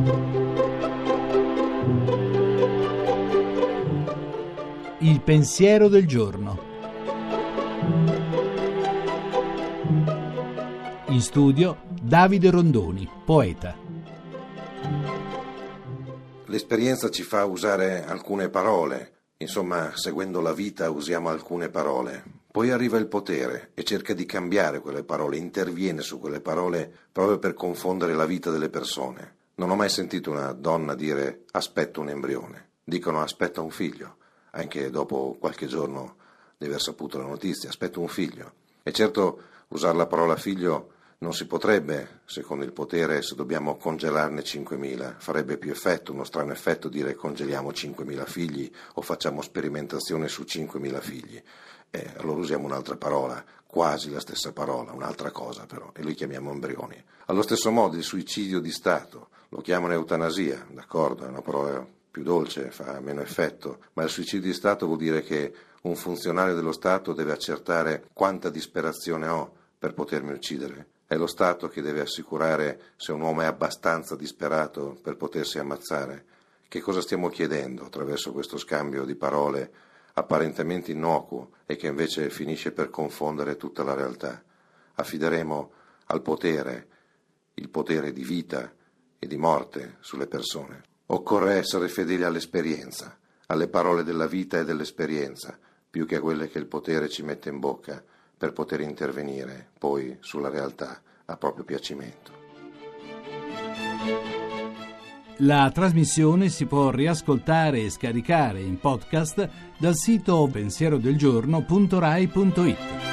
Il pensiero del giorno. In studio Davide Rondoni, poeta. L'esperienza ci fa usare alcune parole, insomma, seguendo la vita usiamo alcune parole. Poi arriva il potere e cerca di cambiare quelle parole, interviene su quelle parole proprio per confondere la vita delle persone. Non ho mai sentito una donna dire aspetto un embrione, dicono aspetta un figlio, anche dopo qualche giorno di aver saputo la notizia, aspetto un figlio. E certo usare la parola figlio non si potrebbe, secondo il potere, se dobbiamo congelarne 5.000. Farebbe più effetto, uno strano effetto dire congeliamo 5.000 figli o facciamo sperimentazione su 5.000 figli. Allora usiamo un'altra parola, quasi la stessa parola, un'altra cosa però, e li chiamiamo embrioni. Allo stesso modo il suicidio di Stato, lo chiamano eutanasia, d'accordo, è una parola più dolce, fa meno effetto, ma il suicidio di Stato vuol dire che un funzionario dello Stato deve accertare quanta disperazione ho per potermi uccidere. È lo Stato che deve assicurare se un uomo è abbastanza disperato per potersi ammazzare. Che cosa stiamo chiedendo attraverso questo scambio di parole apparentemente innocuo e che invece finisce per confondere tutta la realtà? Affideremo al potere il potere di vita e di morte sulle persone. Occorre essere fedeli all'esperienza, alle parole della vita e dell'esperienza, più che a quelle che il potere ci mette in bocca per poter intervenire poi sulla realtà a proprio piacimento. La trasmissione si può riascoltare e scaricare in podcast dal sito pensierodelgiorno.rai.it.